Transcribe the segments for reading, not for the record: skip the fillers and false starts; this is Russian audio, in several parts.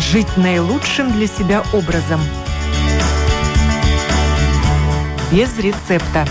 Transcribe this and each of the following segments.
Жить наилучшим для себя образом. Без рецепта.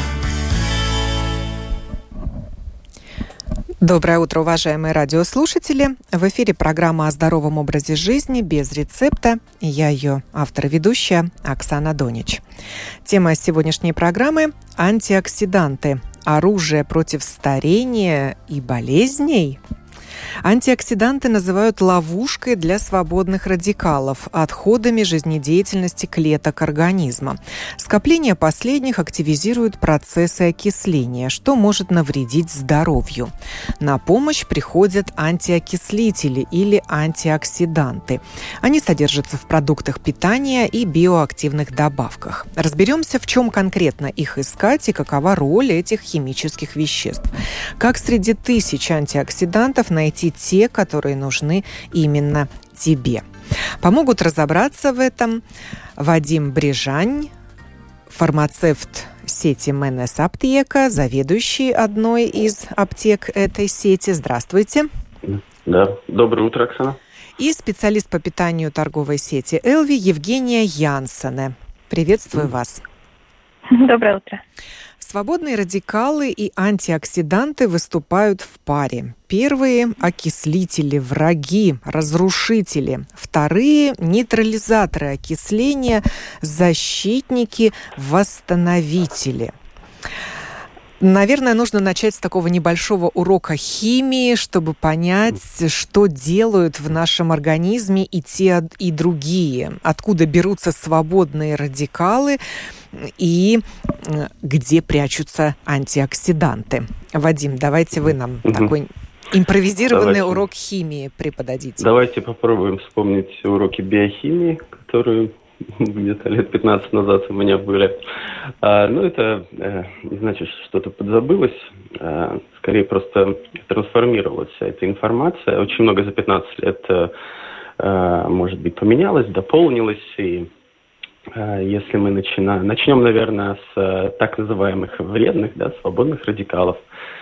Доброе утро, уважаемые радиослушатели. В эфире программа о здоровом образе жизни без рецепта. И я ее автор и ведущая Оксана Донич. Тема сегодняшней программы – антиоксиданты. Оружие против старения и болезней. Антиоксиданты называют ловушкой для свободных радикалов, отходами жизнедеятельности клеток организма. Скопление последних активизирует процессы окисления, что может навредить здоровью. На помощь приходят антиокислители или антиоксиданты. Они содержатся в продуктах питания и биоактивных добавках. Разберемся, в чем конкретно их искать и какова роль этих химических веществ. Как среди тысяч антиоксидантов найти те, которые нужны именно тебе. Помогут разобраться в этом Вадим Брижань, фармацевт сети МНС Аптека, заведующий одной из аптек этой сети. Здравствуйте. Да, доброе утро, Оксана. И специалист по питанию торговой сети Элви Евгения Янсене. Приветствую вас. Доброе утро. Свободные радикалы и антиоксиданты выступают в паре. Первые – окислители, враги, разрушители. Вторые – нейтрализаторы окисления, защитники, восстановители. Наверное, нужно начать с такого небольшого урока химии, чтобы понять, что делают в нашем организме и те, и другие. Откуда берутся свободные радикалы и где прячутся антиоксиданты. Вадим, давайте вы нам такой импровизированный урок химии преподадите. Давайте попробуем вспомнить уроки биохимии, которые где-то лет 15 назад у меня были. Это не значит, что что-то подзабылось. Скорее, просто трансформировалась вся эта информация. Очень много за 15 лет, может быть, поменялось, дополнилось. И если мы начнем, наверное, с так называемых вредных, свободных радикалов,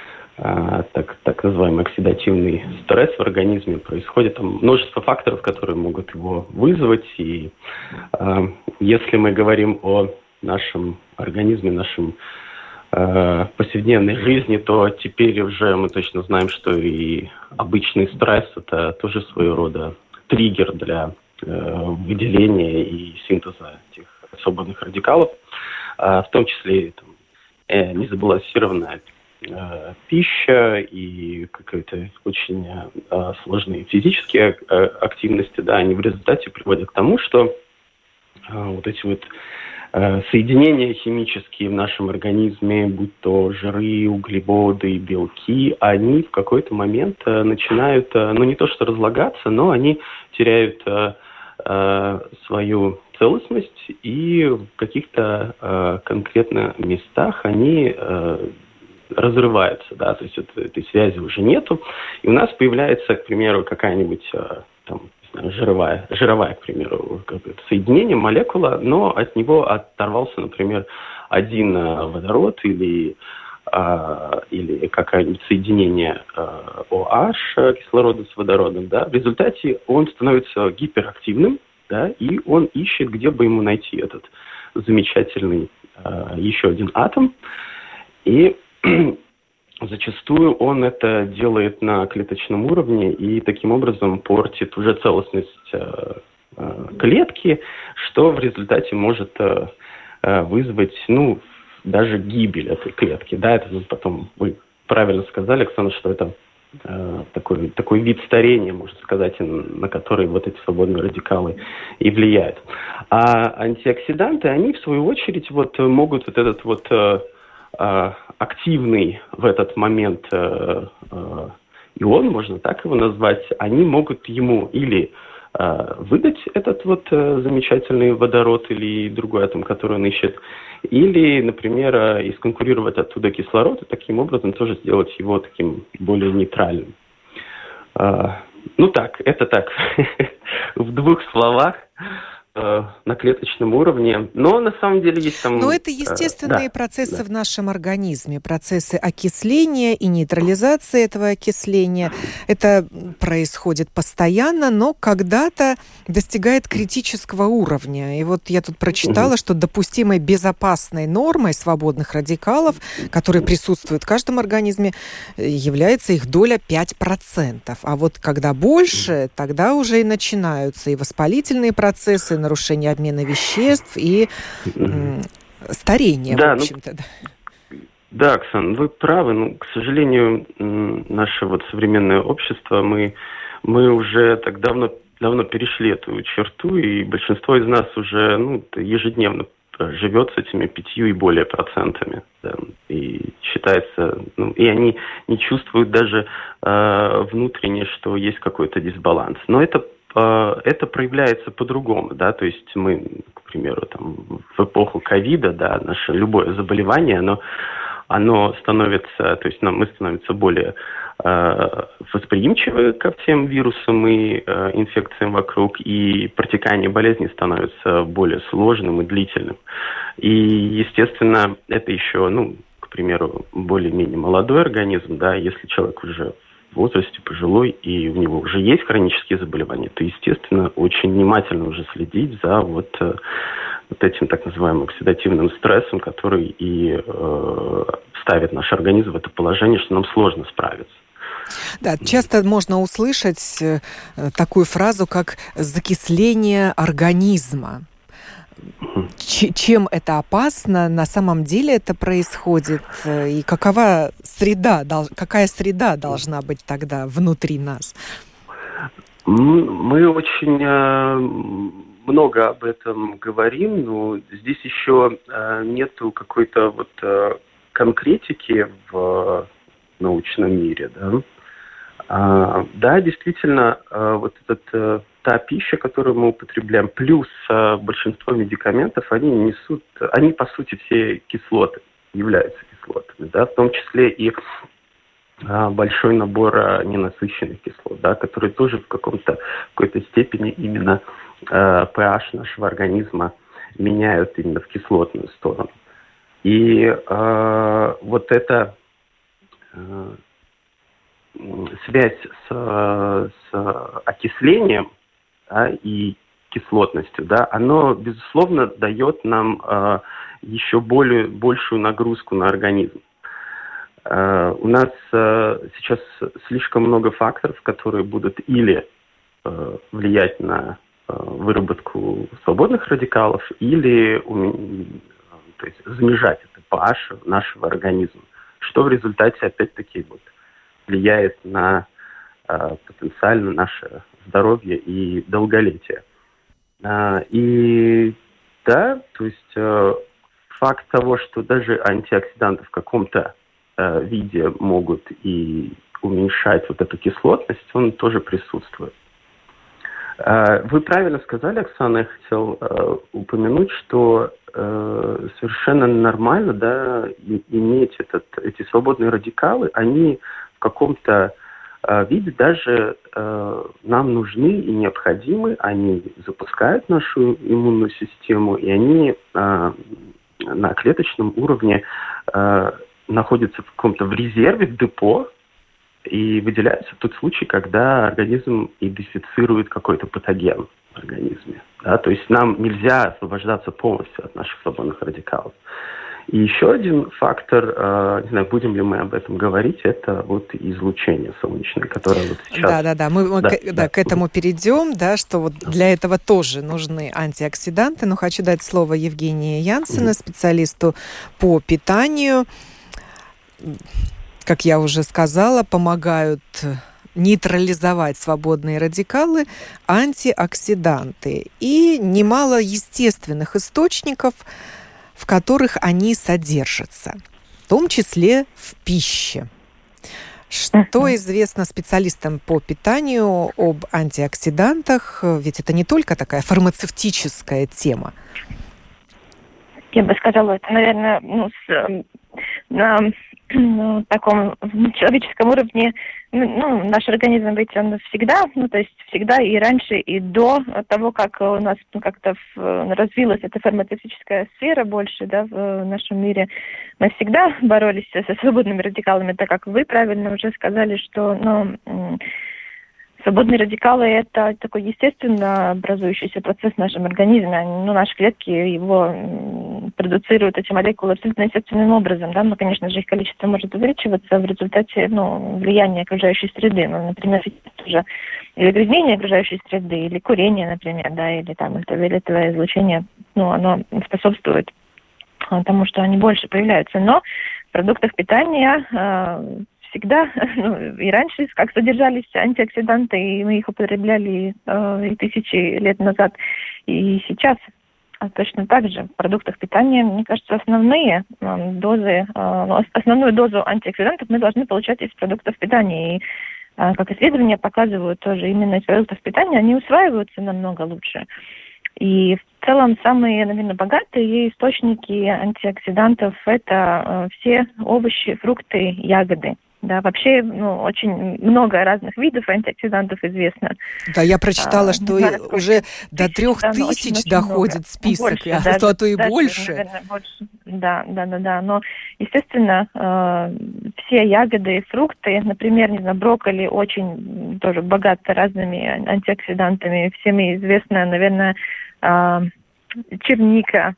так называемый оксидативный стресс в организме, происходит там множество факторов, которые могут его вызвать. И если мы говорим о нашем организме, нашем повседневной жизни, то теперь уже мы точно знаем, что и обычный стресс – это тоже своего рода триггер для выделения и синтеза этих свободных радикалов, в том числе незабалансированная пища и какие-то очень сложные физические активности, они в результате приводят к тому, что вот эти вот соединения химические в нашем организме, будь то жиры, углеводы, белки, они в какой-то момент начинают, не то что разлагаться, но они теряют свою целостность, и в каких-то конкретно местах они разрываются, то есть этой связи уже нету, и у нас появляется, к примеру, какая-нибудь жировая, к примеру, соединение, молекула, но от него оторвался, например, один водород или какое-нибудь соединение OH, кислорода с водородом, в результате он становится гиперактивным, и он ищет, где бы ему найти этот замечательный еще один атом, и зачастую он это делает на клеточном уровне и таким образом портит уже целостность клетки, что в результате может вызвать, даже гибель этой клетки. Это потом, вы правильно сказали, Оксана, что это такой вид старения, можно сказать, на который вот эти свободные радикалы и влияют. А антиоксиданты, они в свою очередь могут этот активный в этот момент ион, можно так его назвать, они могут ему или выдать этот замечательный водород или другой атом, который он ищет, или, например, исконкурировать оттуда кислород и таким образом тоже сделать его таким более нейтральным. Это так, в двух словах на клеточном уровне, но на самом деле есть там... Но это естественные процессы в нашем организме, процессы окисления и нейтрализации этого окисления. Это происходит постоянно, но когда-то достигает критического уровня. И вот я тут прочитала, что допустимой безопасной нормой свободных радикалов, которые присутствуют в каждом организме, является их доля 5%. А вот когда больше, тогда уже и начинаются и воспалительные процессы, нарушение обмена веществ и старение, в общем-то. Да, Оксана, вы правы. К сожалению, наше современное общество, мы уже так давно перешли эту черту, и большинство из нас уже ежедневно живет с этими 5 и более процентами. Да, и считается, и они не чувствуют даже внутренне, что есть какой-то дисбаланс. Но это проявляется по-другому, да, то есть мы, к примеру, в эпоху ковида, да, наше любое заболевание, оно становится, то есть мы становимся более восприимчивы ко всем вирусам и инфекциям вокруг, и протекание болезни становится более сложным и длительным. И, естественно, это еще, к примеру, более-менее молодой организм, да, если человек уже в возрасте пожилой, и у него уже есть хронические заболевания, то, естественно, очень внимательно уже следить за этим так называемым оксидативным стрессом, который и ставит наш организм в это положение, что нам сложно справиться. Да, часто можно услышать такую фразу, как «закисление организма». Чем это опасно? На самом деле это происходит? И какая среда должна быть тогда внутри нас? Мы очень много об этом говорим, но здесь еще нету какой-то конкретики в научном мире, да. Да, действительно, та пища, которую мы употребляем, плюс большинство медикаментов, они по сути все кислоты, являются кислотами, да, в том числе и большой набор ненасыщенных кислот, да, которые тоже в какой-то степени именно pH нашего организма меняют именно в кислотную сторону. И эта связь с окислением, да, и кислотностью, да, оно, безусловно, дает нам еще большую нагрузку на организм. У нас сейчас слишком много факторов, которые будут или влиять на выработку свободных радикалов, или занижать это pH нашего организма, что в результате, опять-таки, влияет на потенциально наше здоровье и долголетие. И да, то есть факт того, что даже антиоксиданты в каком-то виде могут и уменьшать эту кислотность, он тоже присутствует. Вы правильно сказали, Оксана, я хотел упомянуть, что совершенно нормально, да, иметь эти свободные радикалы, они в каком-то виде даже нам нужны и необходимы, они запускают нашу иммунную систему, и они на клеточном уровне находятся в каком-то в резерве, в депо, и выделяются в тот случай, когда организм идентифицирует какой-то патоген в организме. Да? То есть нам нельзя освобождаться полностью от наших свободных радикалов. И еще один фактор, не знаю, будем ли мы об этом говорить, это излучение солнечное, которое сейчас... Да, мы к этому перейдем, да, что для этого тоже нужны антиоксиданты, но хочу дать слово Евгении Янсену, специалисту по питанию. Как я уже сказала, помогают нейтрализовать свободные радикалы антиоксиданты и немало естественных источников, в которых они содержатся, в том числе в пище. Что известно специалистам по питанию об антиоксидантах? Ведь это не только такая фармацевтическая тема. Я бы сказала, это, наверное, таком человеческом уровне, наш организм, ведь он всегда, то есть всегда и раньше, и до того, как у нас как-то развилась эта фармацевтическая сфера больше, в нашем мире, мы всегда боролись со свободными радикалами, так как вы правильно уже сказали, что, свободные радикалы – это такой естественно образующийся процесс в нашем организме. Наши клетки его продуцируют, эти молекулы, абсолютно естественным образом. Но, конечно же, их количество может увеличиваться в результате влияния окружающей среды. Например, уже или загрязнение окружающей среды, или курение, например, или там ультрафиолетовое излучение, оно способствует тому, что они больше появляются. Но в продуктах питания всегда, и раньше, как содержались антиоксиданты, и мы их употребляли и тысячи лет назад, и сейчас точно так же. В продуктах питания, мне кажется, основную дозу антиоксидантов мы должны получать из продуктов питания. И, как исследования показывают, тоже именно из продуктов питания они усваиваются намного лучше. И в целом самые, наверное, богатые источники антиоксидантов – это все овощи, фрукты, ягоды. Да, вообще, очень много разных видов антиоксидантов известно. Да, я прочитала, что уже до 3000 доходит список, больше, а то и даже, больше. Наверное, больше. Да. Но, естественно, все ягоды и фрукты, например, брокколи очень тоже богаты разными антиоксидантами. Всем известно, наверное, черника,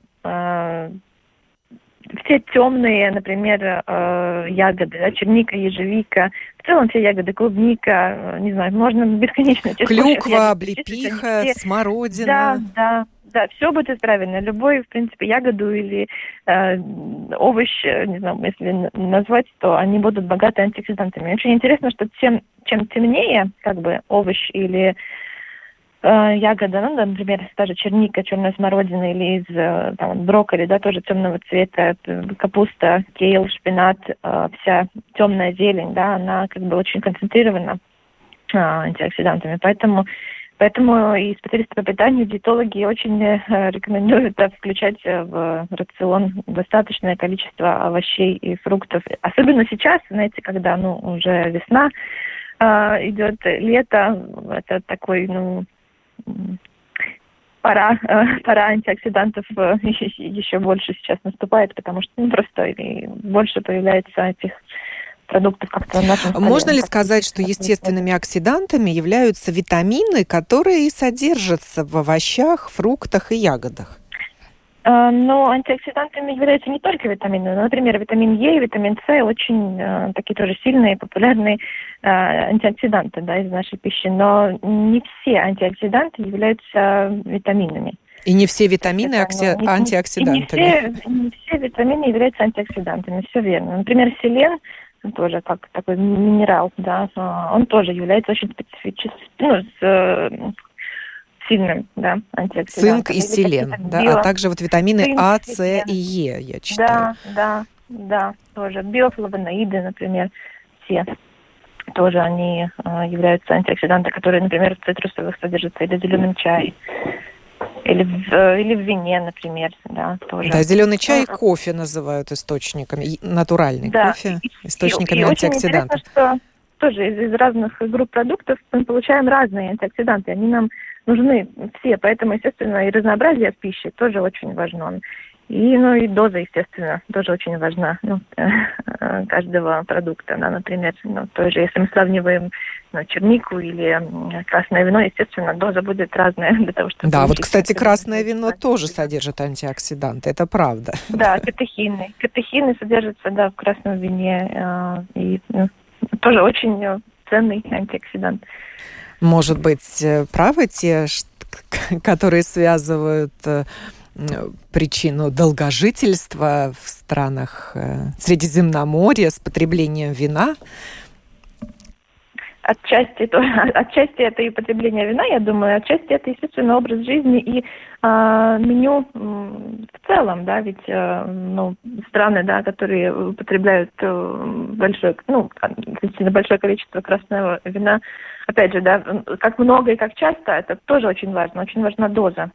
все темные, например, ягоды, черника, ежевика, в целом все ягоды, клубника, не знаю, можно бесконечно. Клюква, облепиха, смородина. Да, все будет правильно. Любой, в принципе, ягоду или овощ, не знаю, если назвать, то они будут богаты антиоксидантами. Очень интересно, что чем темнее, овощ или ягода, например, даже черника, черная смородина или из брокколи, тоже темного цвета, капуста, кейл, шпинат, вся темная зелень, она очень концентрирована антиоксидантами. Поэтому и специалисты по питанию, диетологи очень рекомендуют включать в рацион достаточное количество овощей и фруктов. Особенно сейчас, знаете, когда уже весна, идет лето, это такой, пора антиоксидантов еще больше сейчас наступает, потому что просто и больше появляется этих продуктов как-то в нашем столе. Можно ли сказать, что естественными оксидантами являются витамины, которые и содержатся в овощах, фруктах и ягодах? Но антиоксидантами являются не только витамины. Например, витамин Е и витамин С очень такие тоже сильные, популярные антиоксиданты из нашей пищи. Но не все антиоксиданты являются витаминами. И не все витамины антиоксидантами? Не все витамины являются антиоксидантами, все верно. Например, селен, тоже как такой минерал, он тоже является очень специфическим, сильным, антиоксидантом. Цинк и селен, а также витамины А, С и Е, я читаю. Да, тоже. Биофлавоноиды, например, все. Тоже они являются антиоксидантами, которые, например, в цитрусовых содержатся или в зеленом чае, или в вине, например, тоже. Да, зеленый чай и кофе называют источниками, натуральный кофе, источниками антиоксидантов. Очень интересно, что тоже из разных групп продуктов мы получаем разные антиоксиданты. Они нам нужны все, поэтому, естественно, и разнообразие в пище тоже очень важно. И доза, естественно, тоже очень важна каждого продукта. Например, тоже, если мы сравниваем чернику или красное вино, естественно, доза будет разная для того, чтобы... Да, кстати, красное вино тоже содержит антиоксиданты, это правда. Да, катехины. Катехины содержатся, в красном вине. И тоже очень ценный антиоксидант. Может быть, правы те, которые связывают причину долгожительства в странах Средиземноморья с потреблением вина? Отчасти это и потребление вина, я думаю, отчасти это, естественно, образ жизни и меню в целом, ведь страны, которые употребляют большое количество красного вина, опять же, как много и как часто, это тоже очень важна доза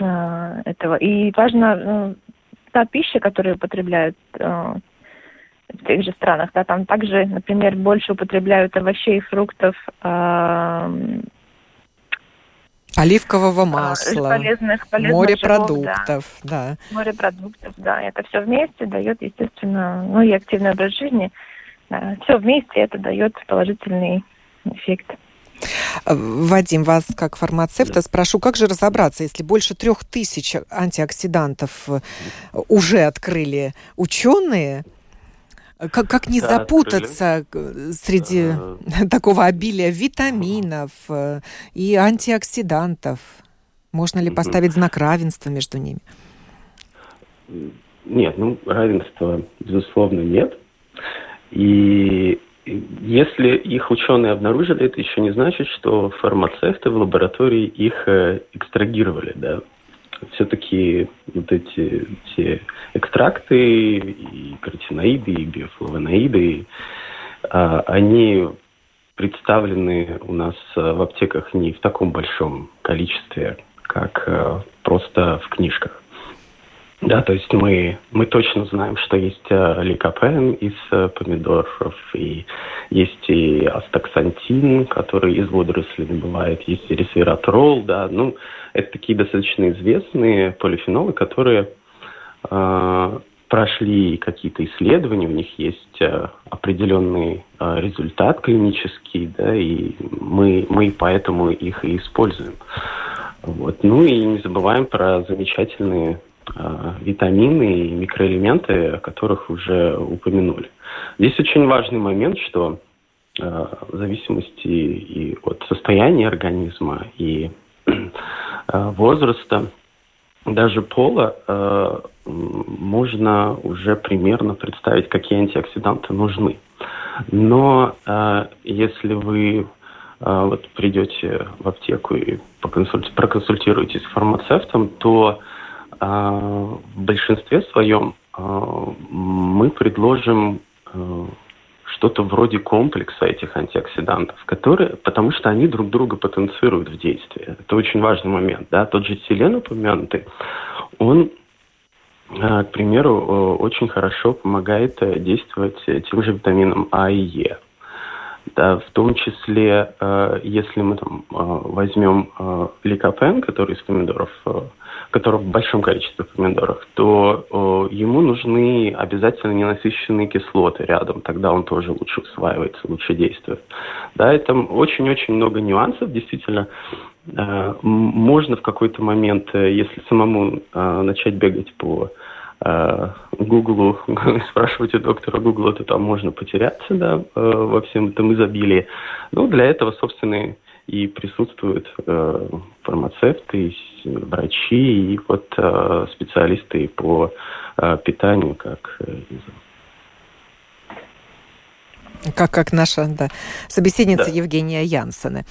этого. И важна та пища, которую употребляют в тех же странах, да, там также, например, больше употребляют овощей, фруктов, оливкового масла, полезных морепродуктов, жиров, да. Морепродуктов, да, это все вместе дает, естественно, ну и активный образ жизни. Да, все вместе это дает положительный эффект. Вадим, вас как фармацевта спрошу, как же разобраться, если больше 3000 антиоксидантов уже открыли ученые? Как не запутаться среди такого обилия витаминов и антиоксидантов? Можно ли поставить знак равенства между ними? Нет, равенства, безусловно, нет. И если их ученые обнаружили, это еще не значит, что фармацевты в лаборатории их экстрагировали, да. Все-таки вот эти все экстракты, и каротиноиды, и биофлавоноиды, они представлены у нас в аптеках не в таком большом количестве, как просто в книжках. Да, то есть мы точно знаем, что есть ликопен из помидоров, и есть и астаксантин, который из водорослей добывает, есть и ресвератрол, да, это такие достаточно известные полифенолы, которые прошли какие-то исследования, у них есть определенный результат клинический, да, и мы поэтому их и используем. Вот. Ну и не забываем про замечательные витамины и микроэлементы, о которых уже упомянули. Здесь очень важный момент, что в зависимости и от состояния организма, и возраста, даже пола, можно уже примерно представить, какие антиоксиданты нужны. Но если вы придете в аптеку и проконсультируетесь с фармацевтом, то в большинстве своем мы предложим что-то вроде комплекса этих антиоксидантов, потому что они друг друга потенцируют в действии. Это очень важный момент. Да? Тот же селен упомянутый, он, к примеру, очень хорошо помогает действовать тем же витаминам А и Е. Да, в том числе, если мы возьмем ликопен, который из помидоров, который в большом количестве помидоров, то ему нужны обязательно ненасыщенные кислоты рядом, тогда он тоже лучше усваивается, лучше действует. Да, это очень-очень много нюансов, действительно. Можно в какой-то момент, если самому начать бегать по Гуглу, спрашивать у доктора Гугла, то там можно потеряться, да, во всем этом изобилии. Для этого, собственно, и присутствуют фармацевты, врачи и специалисты по питанию, как наша собеседница Евгения Янсене.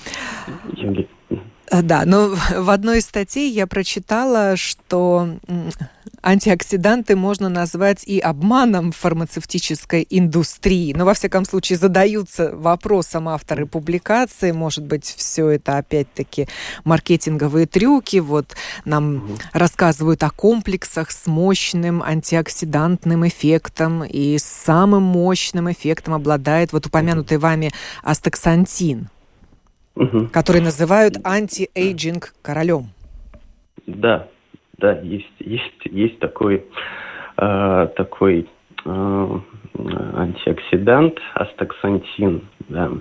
Да, но в одной из статей я прочитала, что антиоксиданты можно назвать и обманом фармацевтической индустрии. Но, во всяком случае, задаются вопросом авторы публикации. Может быть, все это опять-таки маркетинговые трюки. Нам рассказывают о комплексах с мощным антиоксидантным эффектом. И самым мощным эффектом обладает упомянутый вами астаксантин, который называют анти-эйджинг королем. Да, есть такой антиоксидант астаксантин. Да.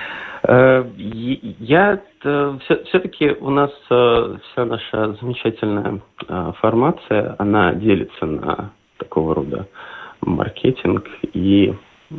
Все-таки у нас вся наша замечательная формация, она делится на такого рода маркетинг и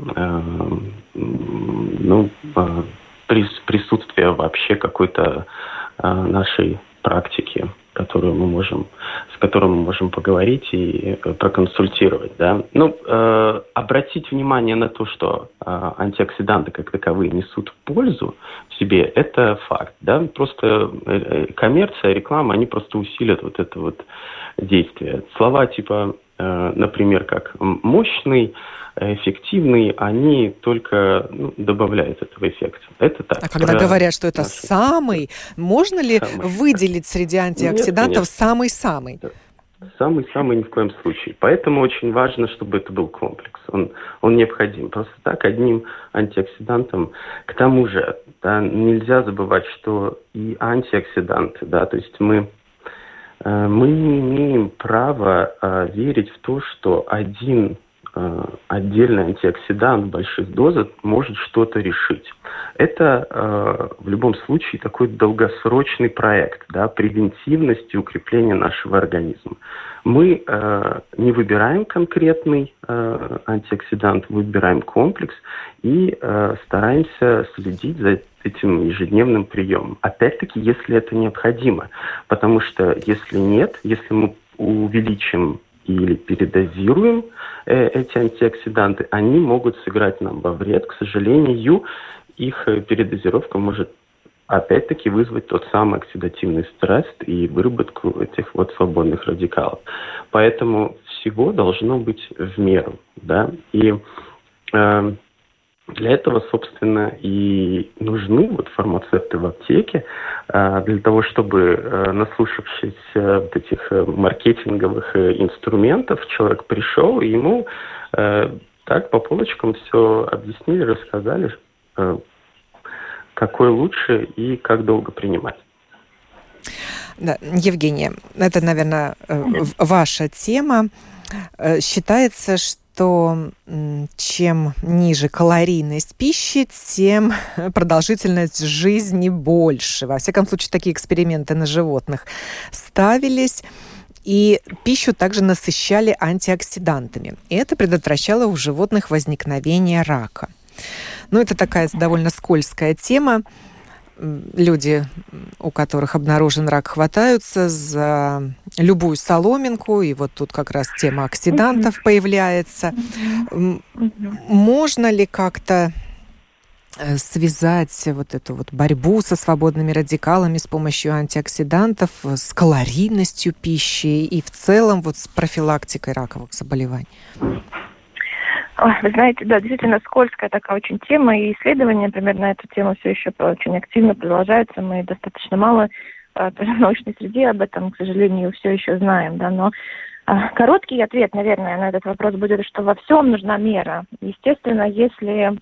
присутствие вообще какой-то нашей практики, с которой мы можем поговорить и проконсультировать. Да? Обратить внимание на то, что антиоксиданты как таковые несут пользу в себе, это факт. Да? Просто коммерция, реклама, они просто усилят это действие. Слова типа, например, как мощный, эффективный, они только добавляют этого эффекта. Это так. А когда говорят, что это самый, можно ли выделить среди антиоксидантов самый-самый? Самый-самый ни в коем случае. Поэтому очень важно, чтобы это был комплекс. Он необходим. Просто так одним антиоксидантом. К тому же, да, нельзя забывать, что и антиоксиданты, да, то есть мы не имеем права верить в то, что один отдельный антиоксидант в больших дозах может что-то решить. Это в любом случае такой долгосрочный проект, да, превентивности укрепления нашего организма. Мы не выбираем конкретный антиоксидант, выбираем комплекс и стараемся следить за этим ежедневным приемом. Опять-таки, если это необходимо. Потому что если нет, если мы увеличим или передозируем эти антиоксиданты, они могут сыграть нам во вред. К сожалению, их передозировка может опять-таки вызвать тот самый оксидативный стресс и выработку этих вот свободных радикалов. Поэтому всего должно быть в меру, да, и для этого, собственно, и нужны вот фармацевты в аптеке, для того, чтобы, наслушавшись вот этих маркетинговых инструментов, человек пришел, и ему так по полочкам все объяснили, рассказали, какой лучше и как долго принимать. Да, Евгения, это, наверное, ваша тема. Считается, что чем ниже калорийность пищи, тем продолжительность жизни больше. Во всяком случае, такие эксперименты на животных ставились. И пищу также насыщали антиоксидантами. И это предотвращало у животных возникновение рака. Но это такая довольно скользкая тема. Люди, у которых обнаружен рак, хватаются за любую соломинку, и вот тут как раз тема оксидантов появляется. Можно ли как-то связать вот эту вот борьбу со свободными радикалами с помощью антиоксидантов с калорийностью пищи и в целом вот с профилактикой раковых заболеваний? Вы знаете, да, действительно скользкая такая очень тема, и исследования, например, на эту тему все еще очень активно продолжаются. Мы достаточно мало в научной среде об этом, к сожалению, все еще знаем, да, но короткий ответ, наверное, на этот вопрос будет, что во всем нужна мера. Естественно, если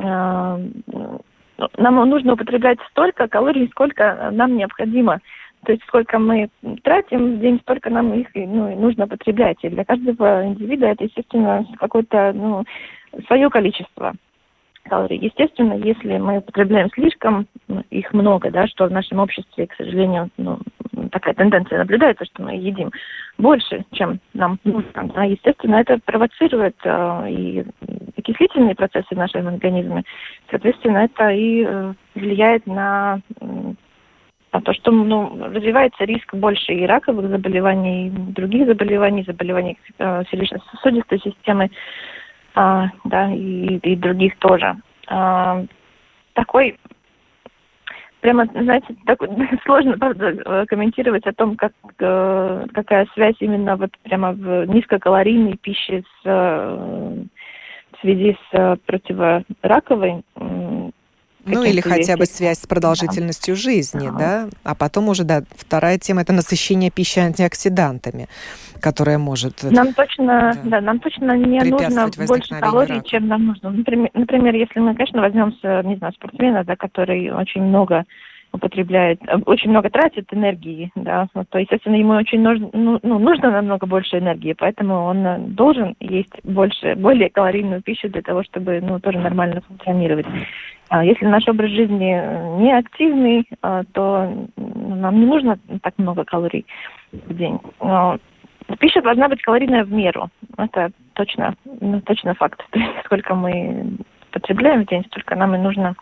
нам нужно употреблять столько калорий, сколько нам необходимо. То есть сколько мы тратим в день, столько нам их нужно потреблять. И для каждого индивида это, естественно, какое-то свое количество калорий. Естественно, если мы употребляем слишком, их много, да, что в нашем обществе, к сожалению, такая тенденция наблюдается, что мы едим больше, чем нам нужно. Да, естественно, это провоцирует и окислительные процессы в нашем организме. Соответственно, это и влияет на то, что развивается риск больше и раковых заболеваний, и других заболеваний сердечно-сосудистой системы, да, и других тоже. Такой, прямо, знаете, сложно, правда, комментировать о том, какая связь именно вот прямо в низкокалорийной пище в связи с противораковой. Или хотя бы связь с продолжительностью жизни, да? А потом уже, да, вторая тема – это насыщение пищи антиоксидантами, которое может нам точно не нужно больше калорий, чем нам нужно. Например, если мы, конечно, возьмем, спортсмена, да, который очень много употребляет, очень много тратит энергии, да, то, естественно, ему очень нужно намного больше энергии, поэтому он должен есть более калорийную пищу для того, чтобы, тоже нормально функционировать. Если наш образ жизни не активный, то нам не нужно так много калорий в день. Но пища должна быть калорийная в меру. Это точно факт. То есть, сколько мы потребляем в день, столько нам и нужно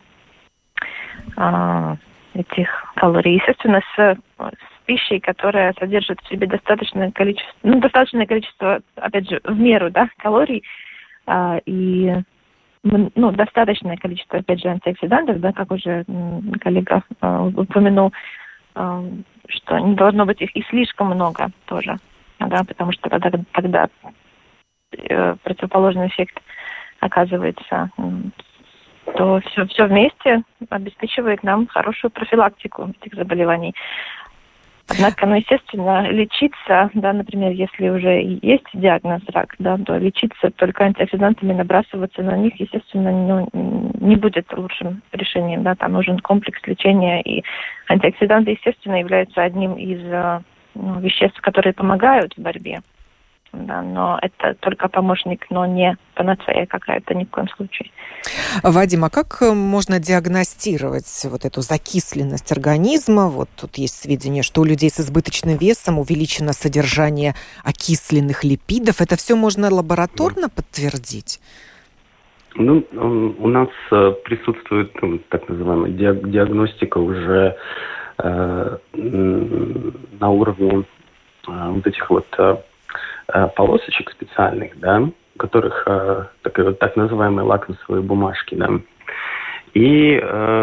этих калорий. Естественно, с пищей, которая содержит в себе достаточное количество, опять же, в меру, да, калорий, и достаточное количество, опять же, антиоксидантов, да, как уже коллега упомянул, что не должно быть их и слишком много тоже, да, потому что тогда противоположный эффект оказывается, то все вместе обеспечивает нам хорошую профилактику этих заболеваний. Однако, естественно, лечиться, да, например, если уже есть диагноз рак, да, то лечиться только антиоксидантами, набрасываться на них, естественно, не будет лучшим решением, да, там нужен комплекс лечения, и антиоксиданты, естественно, являются одним из веществ, которые помогают в борьбе. Да, но это только помощник, но не панацея какая-то ни в коем случае. Вадим, а как можно диагностировать вот эту закисленность организма? Вот тут есть сведения, что у людей с избыточным весом увеличено содержание окисленных липидов. Это все можно лабораторно подтвердить? Ну, у нас присутствует так называемая диагностика уже на уровне вот этих вот полосочек специальных, да, у которых так называемые лакмусовые бумажки, да. И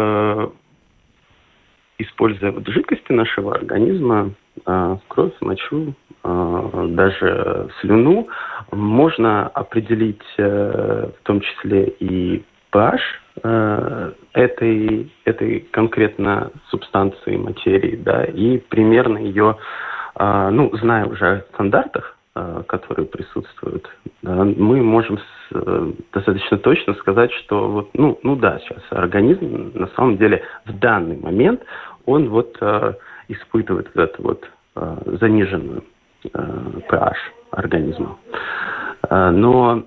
используя вот жидкости нашего организма, кровь, мочу, даже слюну, можно определить в том числе и pH этой конкретно субстанции, материи, да, и примерно ее, зная уже о стандартах, которые присутствуют, да, мы можем достаточно точно сказать, что сейчас организм на самом деле в данный момент он испытывает вот эту заниженную pH организма. Но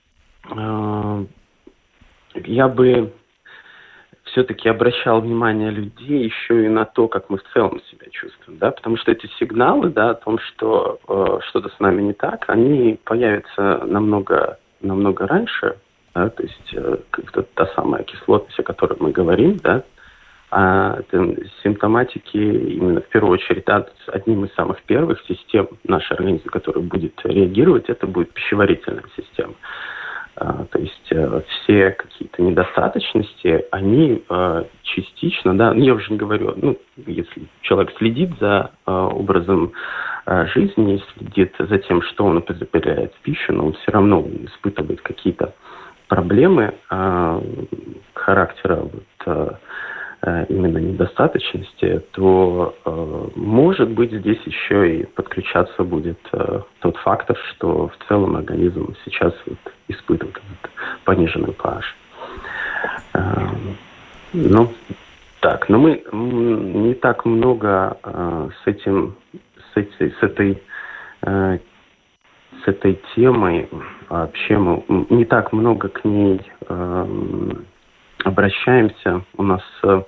я бы все-таки обращал внимание людей еще и на то, как мы в целом себя чувствуем, да, потому что эти сигналы, да, о том, что что-то с нами не так, они появятся намного раньше, да, то есть та самая кислотность, о которой мы говорим, да, а симптоматики именно в первую очередь одним из самых первых систем нашего организма, который будет реагировать, это будет пищеварительная система. То есть все какие-то недостаточности, они частично, да, я уже не говорю, если человек следит за образом жизни, следит за тем, что он употребляет в пищу, но он все равно испытывает какие-то проблемы характера именно недостаточности, то, может быть, здесь еще и подключаться будет тот фактор, что в целом организм сейчас испытывает пониженный pH. Но мы не так много с этой темой вообще мы не так много к ней обращаемся. У нас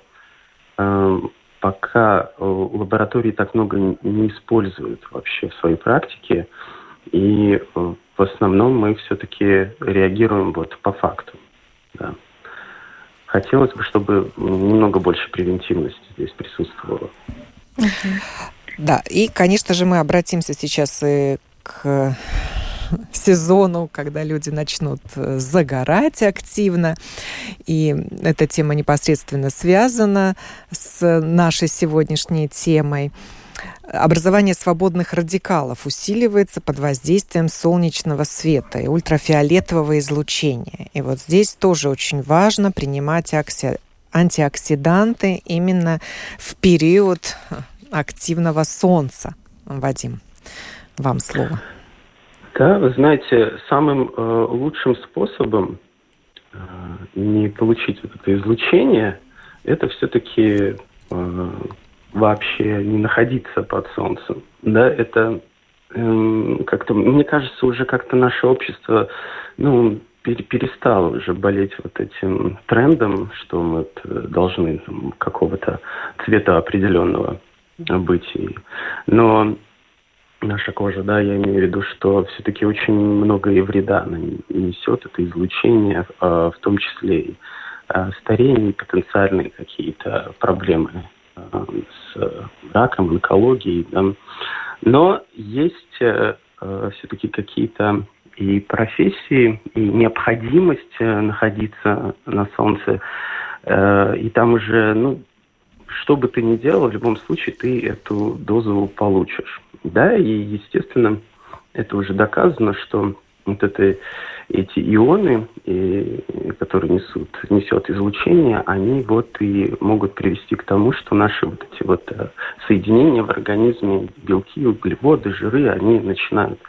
пока лаборатории так много не используют вообще в своей практике, и в основном мы все-таки реагируем по факту. Да. Хотелось бы, чтобы немного больше превентивности здесь присутствовало. Да, и, конечно же, мы обратимся сейчас и к сезону, когда люди начнут загорать активно. И эта тема непосредственно связана с нашей сегодняшней темой. Образование свободных радикалов усиливается под воздействием солнечного света и ультрафиолетового излучения. И вот здесь тоже очень важно принимать антиоксиданты именно в период активного солнца. Вадим, вам слово. Да, вы знаете, самым лучшим способом не получить это излучение, это все-таки вообще не находиться под солнцем. Да, это как-то, мне кажется, уже как-то наше общество, перестало уже болеть этим трендом, что мы должны какого-то цвета определенного быть. Но наша кожа, да, я имею в виду, что все-таки очень много и вреда она несет, это излучение, в том числе и старение, потенциальные какие-то проблемы с раком, онкологией. Да. Но есть все-таки какие-то и профессии, и необходимость находиться на солнце, и там уже, что бы ты ни делал, в любом случае ты эту дозу получишь. Да, и, естественно, это уже доказано, что эти ионы, которые несет излучение, они и могут привести к тому, что наши эти соединения в организме, белки, углеводы, жиры, они начинают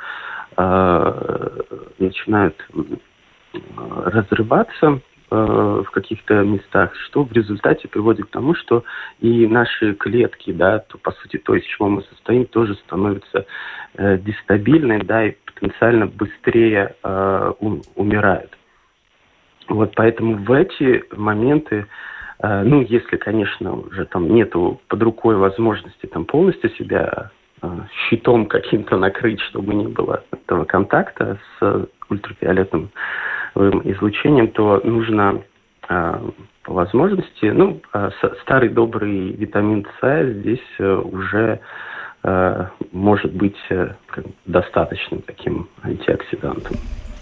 разрываться в каких-то местах, что в результате приводит к тому, что и наши клетки, по сути, то, из чего мы состоим, тоже становятся дестабильны, и потенциально быстрее умирают. Поэтому в эти моменты, если, конечно, уже нету под рукой возможности полностью себя щитом каким-то накрыть, чтобы не было этого контакта с ультрафиолетовым излучением, то нужно по возможности, старый добрый витамин С здесь уже может быть достаточным таким антиоксидантом.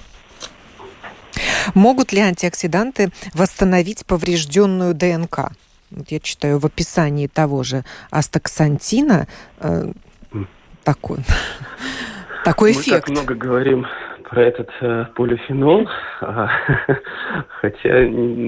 Могут ли антиоксиданты восстановить поврежденную ДНК? Я читаю в описании того же астаксантина такой эффект. Мы так много говорим про этот полифенол, хотя,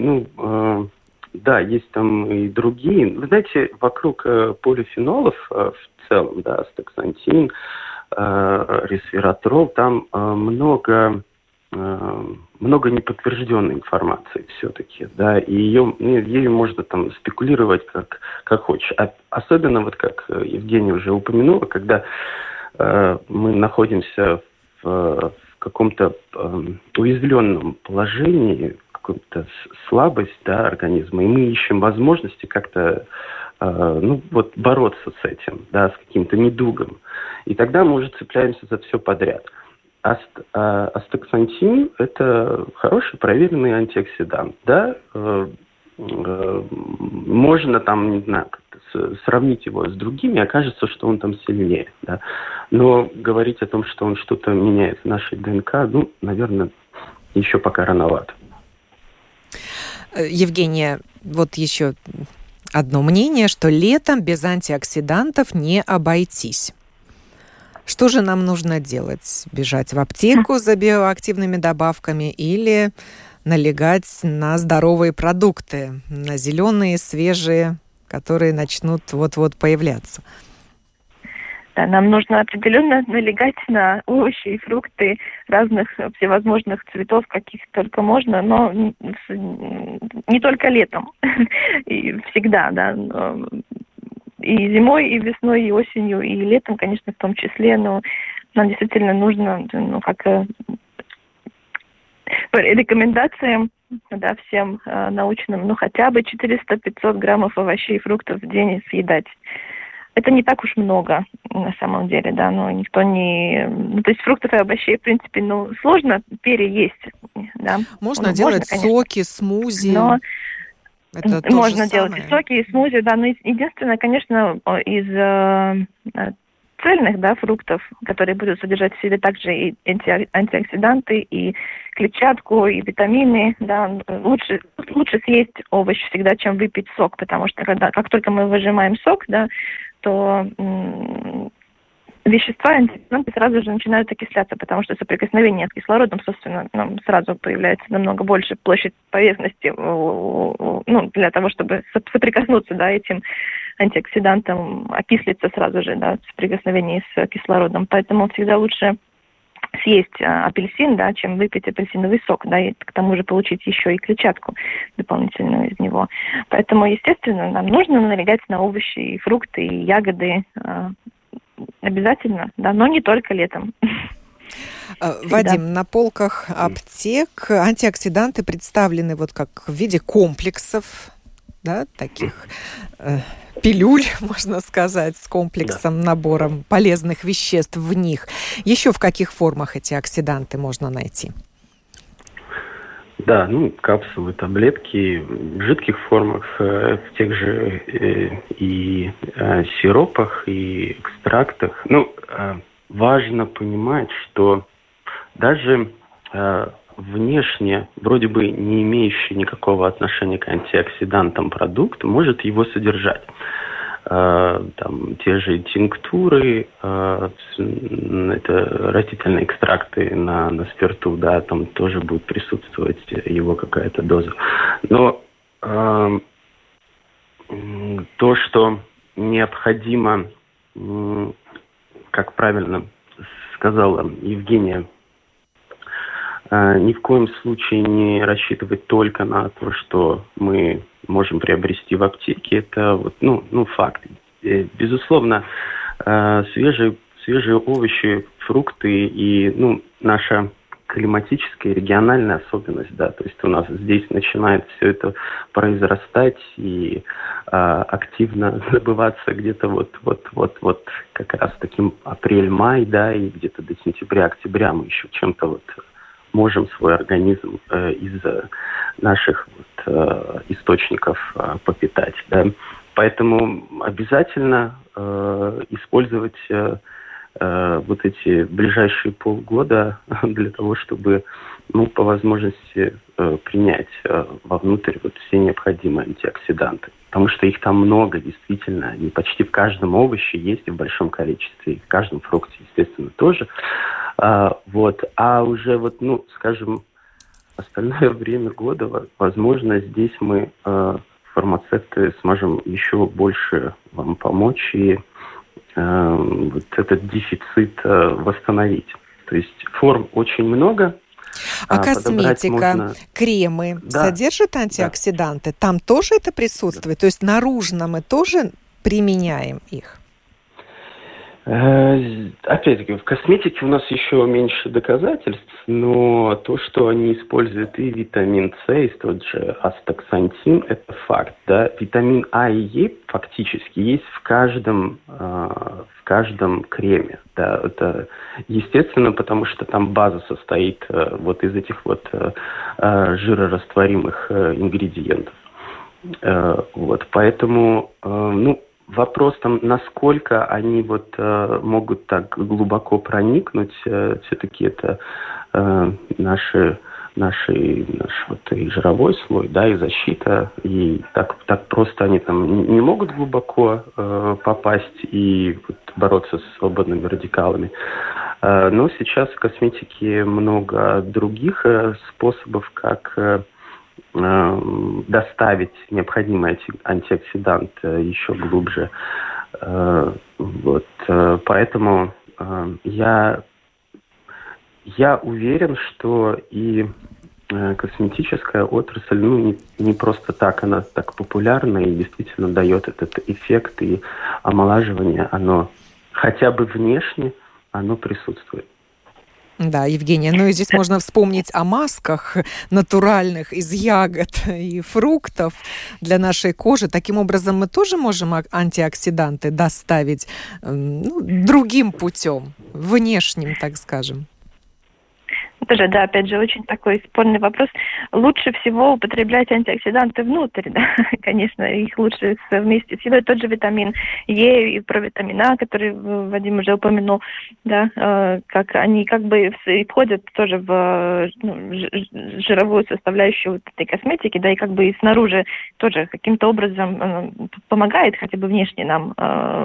есть там и другие. Вы знаете, вокруг полифенолов в целом, астаксантин, ресвератрол, там много неподтвержденной информации все-таки, и ею можно спекулировать как хочешь. Особенно, как Евгения уже упомянула, когда мы находимся в каком-то уязвленном положении, какая-то слабость организма, и мы ищем возможности как-то бороться с этим, с каким-то недугом. И тогда мы уже цепляемся за все подряд. Астаксантин – это хороший проверенный антиоксидант. Можно сравнить его с другими, окажется, что он сильнее. Но говорить о том, что он что-то меняет в нашей ДНК, наверное, еще пока рановато. Евгения, еще одно мнение, что летом без антиоксидантов не обойтись. Что же нам нужно делать? Бежать в аптеку за биоактивными добавками или налегать на здоровые продукты, на зеленые, свежие, которые начнут вот-вот появляться? Да, нам нужно определенно налегать на овощи и фрукты разных всевозможных цветов, каких только можно, но не только летом, и всегда, и зимой, и весной, и осенью, и летом, конечно, в том числе, но нам действительно нужно, по рекомендациям, всем научным, хотя бы 400-500 граммов овощей и фруктов в день съедать. Это не так уж много, на самом деле, но никто не... то есть фруктов и овощей, в принципе, сложно переесть, Можно делать соки, смузи. Но это можно делать и соки, и смузи, но единственное, конечно, из цельных, фруктов, которые будут содержать в себе также и антиоксиданты, и клетчатку, и витамины, лучше съесть овощ всегда, чем выпить сок, потому что как только мы выжимаем сок, то вещества, антиоксиданты сразу же начинают окисляться, потому что соприкосновение с кислородом, собственно, сразу появляется намного больше площадь поверхности, для того, чтобы соприкоснуться, этим антиоксидантом, окислиться сразу же, в соприкосновении с кислородом. Поэтому всегда лучше съесть апельсин, чем выпить апельсиновый сок, и к тому же получить еще и клетчатку дополнительную из него. Поэтому, естественно, нам нужно налегать на овощи и фрукты, и ягоды, обязательно, но не только летом. Вадим, на полках аптек антиоксиданты представлены как в виде комплексов, таких пилюль, можно сказать, с комплексом, набором полезных веществ в них. Еще в каких формах эти оксиданты можно найти? Да, капсулы, таблетки в жидких формах, в тех же и сиропах, и экстрактах. Важно понимать, что даже внешне, вроде бы не имеющий никакого отношения к антиоксидантам продукт, может его содержать. там те же тинктуры, это растительные экстракты на спирту, да, там тоже будет присутствовать его какая-то доза. Но то, что необходимо, как правильно сказала Евгения, ни в коем случае не рассчитывать только на то, что мы можем приобрести в аптеке. Это вот, факт. Безусловно, свежие овощи, фрукты и наша климатическая, региональная особенность, да, то есть у нас здесь начинает все это произрастать и активно забываться где-то вот как раз таким апрель-май, да, и где-то до сентября-октября мы еще чем-то можем свой организм из наших источников попитать, да. Поэтому обязательно использовать эти ближайшие полгода для того, чтобы, по возможности принять вовнутрь все необходимые антиоксиданты. Потому что их там много, действительно. Они почти в каждом овоще есть и в большом количестве. И в каждом фрукте, естественно, тоже. А уже скажем, остальное время года, возможно, здесь мы, фармацевты, сможем еще больше вам помочь и этот дефицит восстановить. То есть форм очень много. А косметика, кремы содержат антиоксиданты? Да. Там тоже это присутствует? Да. То есть наружно мы тоже применяем их? Опять-таки, в косметике у нас еще меньше доказательств, но то, что они используют и витамин С, и тот же астаксантин, это факт. Да? Витамин А и Е фактически есть в каждом креме. Да? Это естественно, потому что там база состоит из этих жирорастворимых ингредиентов. Поэтому, вопрос там, насколько они могут так глубоко проникнуть, все-таки это наш и жировой слой, да, и защита, и так просто они там не могут глубоко попасть и бороться с свободными радикалами. Но сейчас в косметике много других способов, как доставить необходимый антиоксидант еще глубже. Поэтому я уверен, что и косметическая отрасль, не просто так она так популярна и действительно дает этот эффект, и омолаживание, оно хотя бы внешне, оно присутствует. Да, Евгения, и здесь можно вспомнить о масках натуральных из ягод и фруктов для нашей кожи. Таким образом, мы тоже можем антиоксиданты доставить другим путем, внешним, так скажем. Тоже, да, опять же, очень такой спорный вопрос. Лучше всего употреблять антиоксиданты внутрь, да, конечно, их лучше вместе с едой. Тот же витамин Е и провитамин А, который Вадим уже упомянул, да, как они входят тоже в жировую составляющую этой косметики, да, и и снаружи тоже каким-то образом помогает хотя бы внешне нам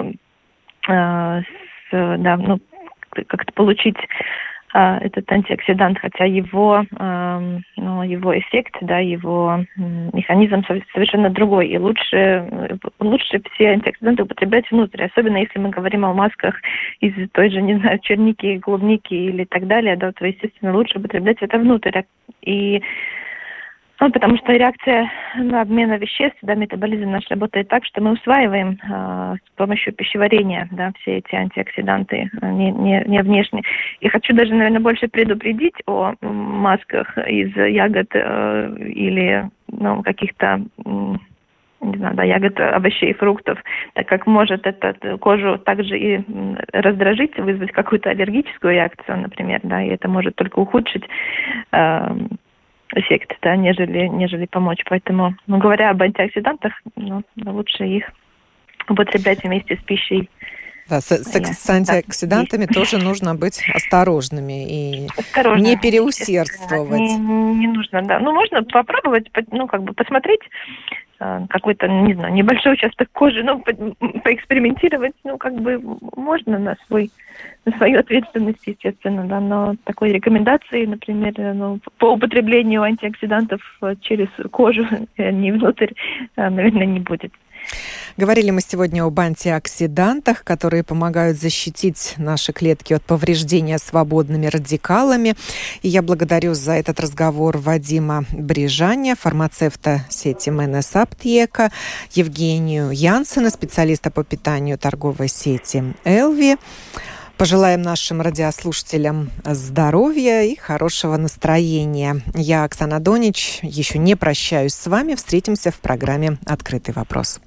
как-то получить этот антиоксидант, хотя его эффект, да, его механизм совершенно другой. И лучше все антиоксиданты употреблять внутрь, особенно если мы говорим о масках из той же, черники, клубники или так далее, да, то, естественно, лучше употреблять это внутрь. И потому что реакция на обмен веществ, да, метаболизм наш работает так, что мы усваиваем с помощью пищеварения, да, все эти антиоксиданты, не внешне. И хочу даже, наверное, больше предупредить о масках из ягод или каких-то ягод, овощей, фруктов, так как может кожу также и раздражить, вызвать какую-то аллергическую реакцию, например, да, и это может только ухудшить эффект, да, нежели помочь. Поэтому, говоря об антиоксидантах, лучше их употреблять вместе с пищей. Да, с антиоксидантами тоже нужно быть осторожными и не переусердствовать. Не нужно, да. Можно попробовать, посмотреть, какой-то, не знаю, небольшой участок кожи, поэкспериментировать, можно на свою ответственность, естественно, да, но такой рекомендации, например, по употреблению антиоксидантов через кожу, не внутрь, наверное, не будет. Говорили мы сегодня об антиоксидантах, которые помогают защитить наши клетки от повреждения свободными радикалами. И я благодарю за этот разговор Вадима Брижаня, фармацевта сети МНС Аптека, Евгению Янсена, специалиста по питанию торговой сети Элви. Пожелаем нашим радиослушателям здоровья и хорошего настроения. Я, Оксана Донич, еще не прощаюсь с вами. Встретимся в программе «Открытый вопрос».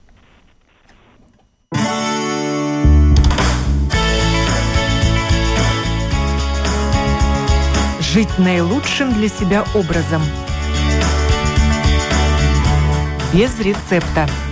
Жить наилучшим для себя образом. Без рецепта.